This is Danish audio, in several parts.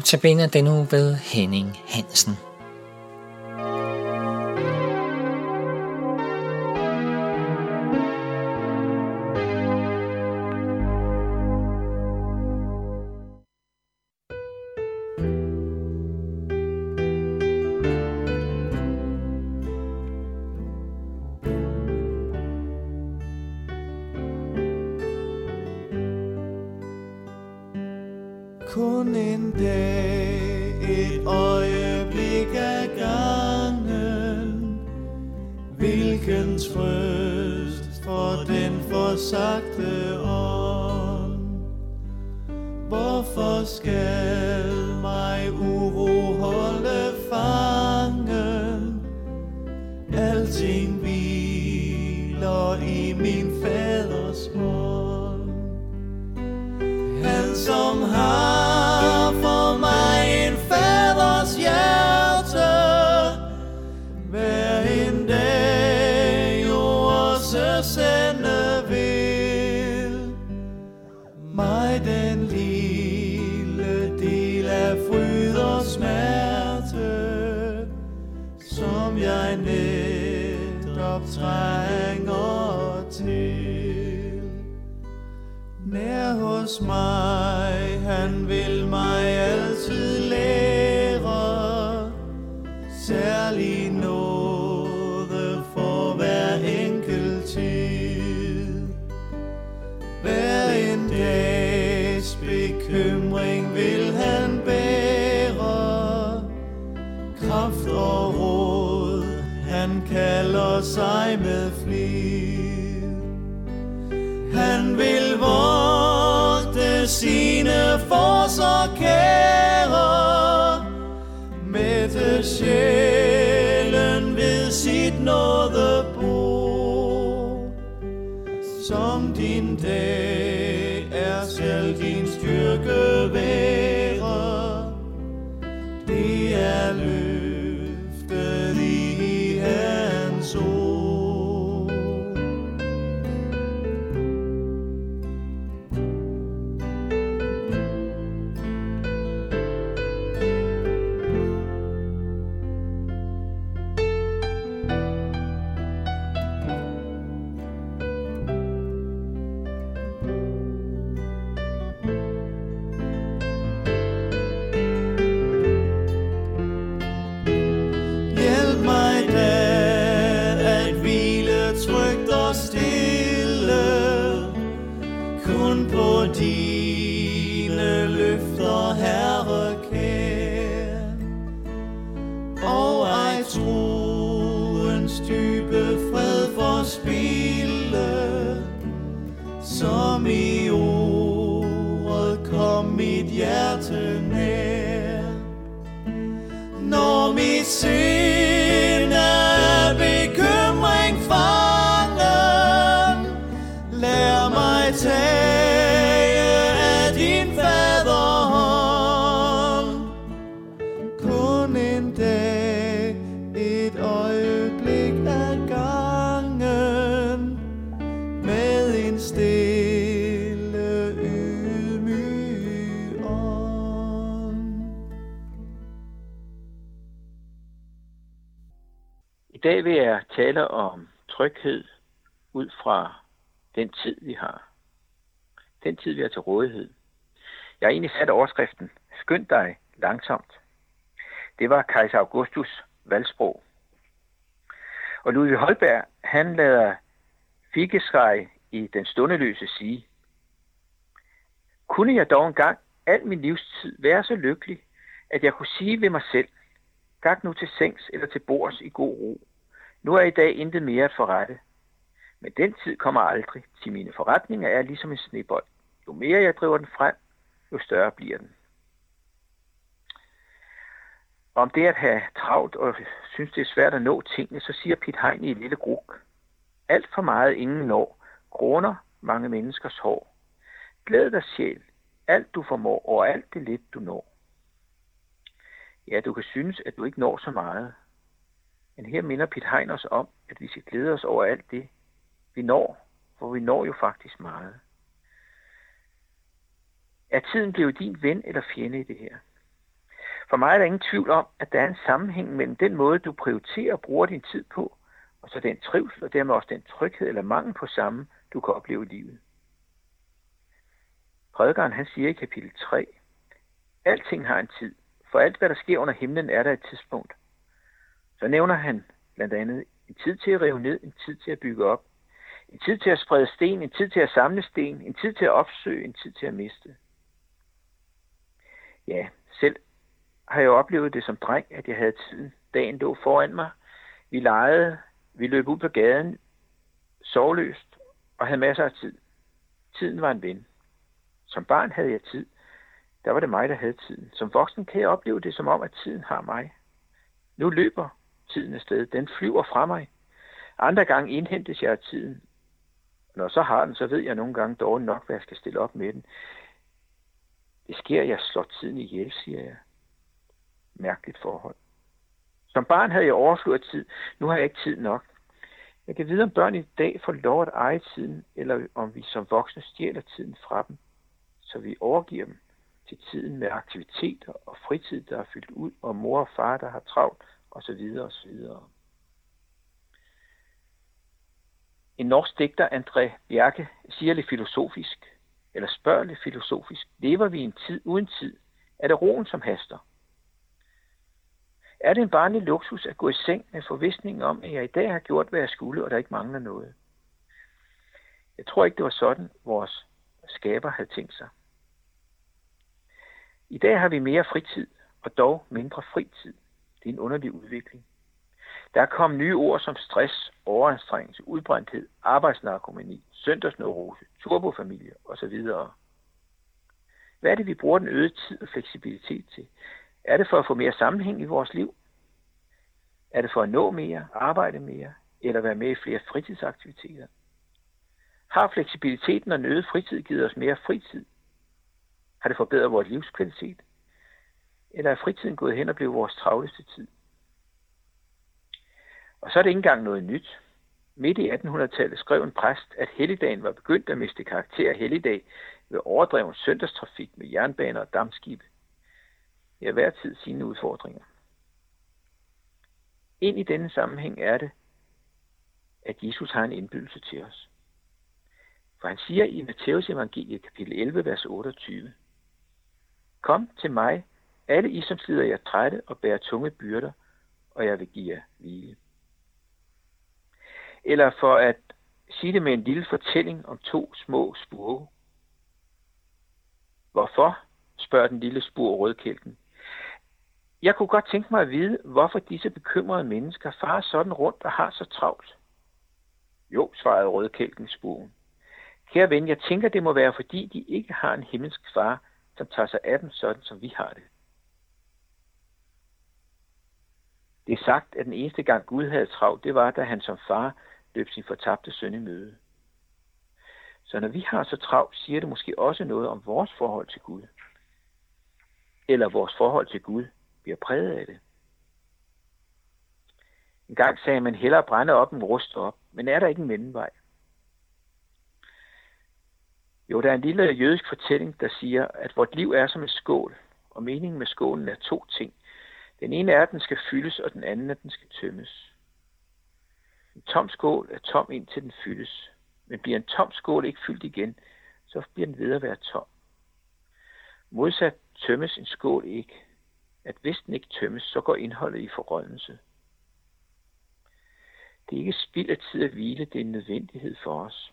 Notabene den uge ved Henning Hansen. Kun en dag, et øjeblik ad gangen. Hvilken trøst for den forsagte ånd. Hvorfor skal mig uro holde fangen? Alting hviler i min faders hånd. Han som har for mig en faders hjerte, hver en dag jo også sende vil mig den lille del af fryd og smerte, som jeg netop trænger til. Nær hos mig, han vil mig altid lære, særlig noget for hver enkelt tid. Hver en dags bekymring vil han bære, kraft og råd, han kalder sig med flid. Han vil vogte sine for så kære, mætte sjælen ved sit nådebord. Som din dag er, skal din styrke være. Det er løftet i hans ord. Kun på dine løfter, Herre kær, og ej troens dybe fred forspilde, som i ordet kom mit hjerte nær. Når mit sind er bekymring fangen, lær mig tage af din faderhånd. Kun en dag, et øjeblik ad gangen, med en stille ydmyg ånd. I dag vil jeg tale om tryghed ud fra den tid, vi har. Den tid, vi har til rådighed. Jeg har egentlig sat overskriften, skynd dig langsomt. Det var kejser Augustus' valgsprog. Og Ludvig Holberg, han lader Figgeskræ i Den stundeløse sige: kunne jeg dog engang al min livstid være så lykkelig, at jeg kunne sige ved mig selv, gak nu til sengs eller til bords i god ro. Nu er i dag intet mere at forrette. Men den tid kommer aldrig, til mine forretninger er ligesom en snebold. Jo mere jeg driver den frem, jo større bliver den. Om det at have travlt og synes det er svært at nå tingene, så siger Piet Hein i et lille gruk: alt for meget ingen når, kroner mange menneskers hår. Glæd dig sjæl, alt du formår, og alt det lidt du når. Ja, du kan synes, at du ikke når så meget. Men her minder Piet Hein os om, at vi skal glæde os over alt det, vi når, for vi når jo faktisk meget. Er tiden blevet din ven eller fjende i det her? For mig er der ingen tvivl om, at der er en sammenhæng mellem den måde, du prioriterer og bruger din tid på, og så den trivsel og dermed også den tryghed eller mangel på samme, du kan opleve i livet. Prædikeren han siger i kapitel 3, alting har en tid. For alt, hvad der sker under himlen, er der et tidspunkt. Så nævner han blandt andet en tid til at rive ned, en tid til at bygge op, en tid til at sprede sten, en tid til at samle sten, en tid til at opsøge, en tid til at miste. Ja, selv har jeg oplevet det som dreng, at jeg havde tiden. Dagen lå foran mig. Vi legede, vi løb ud på gaden, sovløst og havde masser af tid. Tiden var en ven. Som barn havde jeg tid. Der var det mig, der havde tiden. Som voksen kan jeg opleve det som om, at tiden har mig. Nu løber tiden afsted. Den flyver fra mig. Andre gange indhentes jeg af tiden. Når så har den, så ved jeg nogle gange dårligt nok, hvad jeg skal stille op med den. Det sker, at jeg slår tiden ihjel, siger jeg. Mærkeligt forhold. Som barn havde jeg overflod af tid. Nu har jeg ikke tid nok. Jeg kan vide, om børn i dag får lov at eje tiden, eller om vi som voksne stjæler tiden fra dem, så vi overgiver dem til tiden med aktiviteter og fritid, der er fyldt ud, og mor og far, der har travlt, osv. osv. En norsk digter, André Bjerke, siger lidt filosofisk, eller spørger lidt filosofisk, lever vi i en tid uden tid? Er det roen, som haster? Er det en barnlig luksus at gå i seng med forvisningen om, at jeg i dag har gjort, hvad jeg skulle, og der ikke mangler noget? Jeg tror ikke, det var sådan, vores skaber havde tænkt sig. I dag har vi mere fritid, og dog mindre fritid. Det er en underlig udvikling. Der er kommet nye ord som stress, overanstrengelse, udbrændthed, arbejdsnarkomani, søndagsneurose, turbofamilie osv. Hvad er det, vi bruger den øgede tid og fleksibilitet til? Er det for at få mere sammenhæng i vores liv? Er det for at nå mere, arbejde mere, eller være med i flere fritidsaktiviteter? Har fleksibiliteten og den øgede fritid givet os mere fritid? Har det forbedret vores livskvalitet? Eller er fritiden gået hen og blevet vores travleste tid? Og så er det ikke engang noget nyt. Midt i 1800-tallet skrev en præst, at helligdagen var begyndt at miste karakter af helligdag ved overdreven søndagstrafik med jernbaner og dampskibe. Det er hver tid sine udfordringer. Ind i denne sammenhæng er det, at Jesus har en indbydelse til os. For han siger i Matteus evangeliet kapitel 11, vers 28, kom til mig, alle I, som slider jer trætte og bærer tunge byrder, og jeg vil give jer hvile. Eller for at sige det med en lille fortælling om to små spurve. Hvorfor? Spørger den lille spurv rødkælken. Jeg kunne godt tænke mig at vide, hvorfor disse bekymrede mennesker farer sådan rundt og har så travlt. Jo, svarede rødkælken spurven. Kære ven, jeg tænker, det må være, fordi de ikke har en himmelsk far, som tager sig af dem sådan, som vi har det. Det er sagt, at den eneste gang Gud havde travlt, det var, da han som far løb sin fortabte søn i møde. Så når vi har så travlt, siger det måske også noget om vores forhold til Gud. Eller vores forhold til Gud bliver præget af det. En gang sagde man hellere brænde op end ruste op, men er der ikke en mellemvej? Jo, der er en lille jødisk fortælling, der siger, at vort liv er som en skål, og meningen med skålen er to ting. Den ene er, at den skal fyldes, og den anden, at den skal tømmes. En tom skål er tom, indtil den fyldes. Men bliver en tom skål ikke fyldt igen, så bliver den ved at være tom. Modsat tømmes en skål ikke. At hvis den ikke tømmes, så går indholdet i forrådnelse. Det er ikke spild af tid at hvile, det er en nødvendighed for os.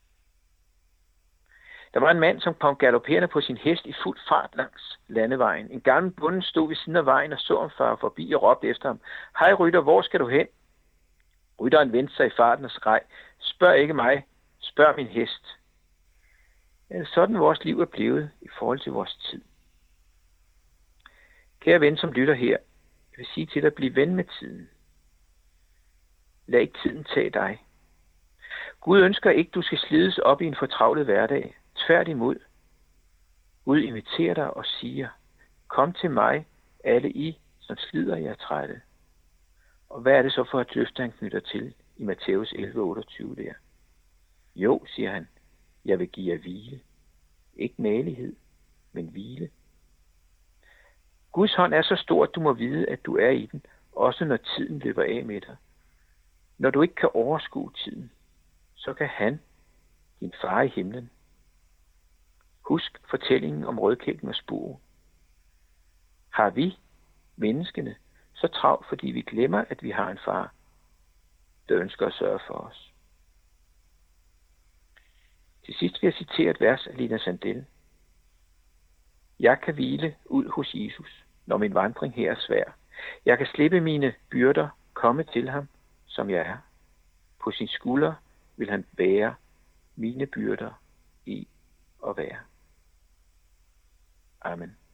Der var en mand, som kom galopperende på sin hest i fuld fart langs landevejen. En gammel bonde stod ved siden af vejen og så ham fare forbi og råbte efter ham. Hej rytter, hvor skal du hen? Rytteren vendte sig i farten og skreg. Spørg ikke mig, spørg min hest. Ja, sådan vores liv er blevet i forhold til vores tid. Kære ven, som lytter her, jeg vil sige til dig, bliv ven med tiden. Lad ikke tiden tage dig. Gud ønsker ikke, du skal slides op i en fortravlet hverdag. Tværtimod. Gud inviterer dig og siger, kom til mig, alle I, som slider jer trætte. Og hvad er det så for et løfte, han knytter til i Matteus 11:28 der? Jo, siger han, jeg vil give jer hvile. Ikke magelighed, men hvile. Guds hånd er så stor, at du må vide, at du er i den, også når tiden løber af med dig. Når du ikke kan overskue tiden, så kan han, din far i himlen. Husk fortællingen om rødkælken og spurve. Har vi, menneskene, så travlt, fordi vi glemmer, at vi har en far, der ønsker at sørge for os? Til sidst vil jeg citere et vers af Lina Sandel. Jeg kan hvile ud hos Jesus, når min vandring her er svær. Jeg kan slippe mine byrder, komme til ham, som jeg er. På sin skulder vil han bære mine byrder i og være. Amen.